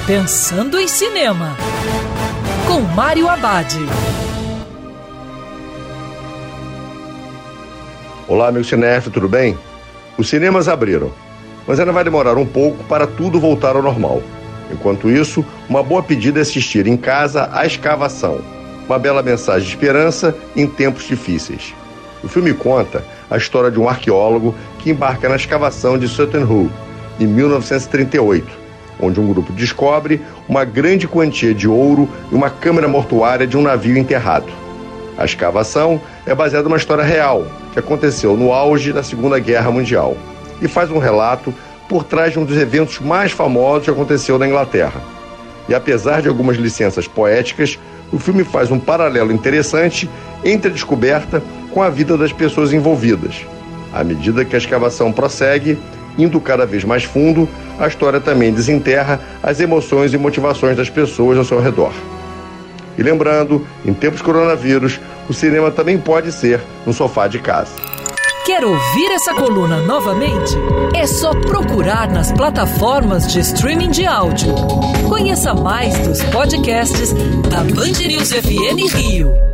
Pensando em Cinema, com Mário Abad. Olá, meu cinéfilo, tudo bem? Os cinemas abriram, mas ainda vai demorar um pouco para tudo voltar ao normal. Enquanto isso, uma boa pedida é assistir em casa A Escavação, uma bela mensagem de esperança em tempos difíceis. O filme conta a história de um arqueólogo que embarca na escavação de Sutton Hoo, em 1938, onde um grupo descobre uma grande quantia de ouro e uma câmara mortuária de um navio enterrado. A escavação é baseada numa história real que aconteceu no auge da Segunda Guerra Mundial e faz um relato por trás de um dos eventos mais famosos que aconteceu na Inglaterra. E apesar de algumas licenças poéticas, o filme faz um paralelo interessante entre a descoberta com a vida das pessoas envolvidas. À medida que a escavação prossegue, indo cada vez mais fundo, a história também desenterra as emoções e motivações das pessoas ao seu redor. E lembrando, em tempos de coronavírus, o cinema também pode ser no sofá de casa. Quer ouvir essa coluna novamente? É só procurar nas plataformas de streaming de áudio. Conheça mais dos podcasts da Band News FM Rio.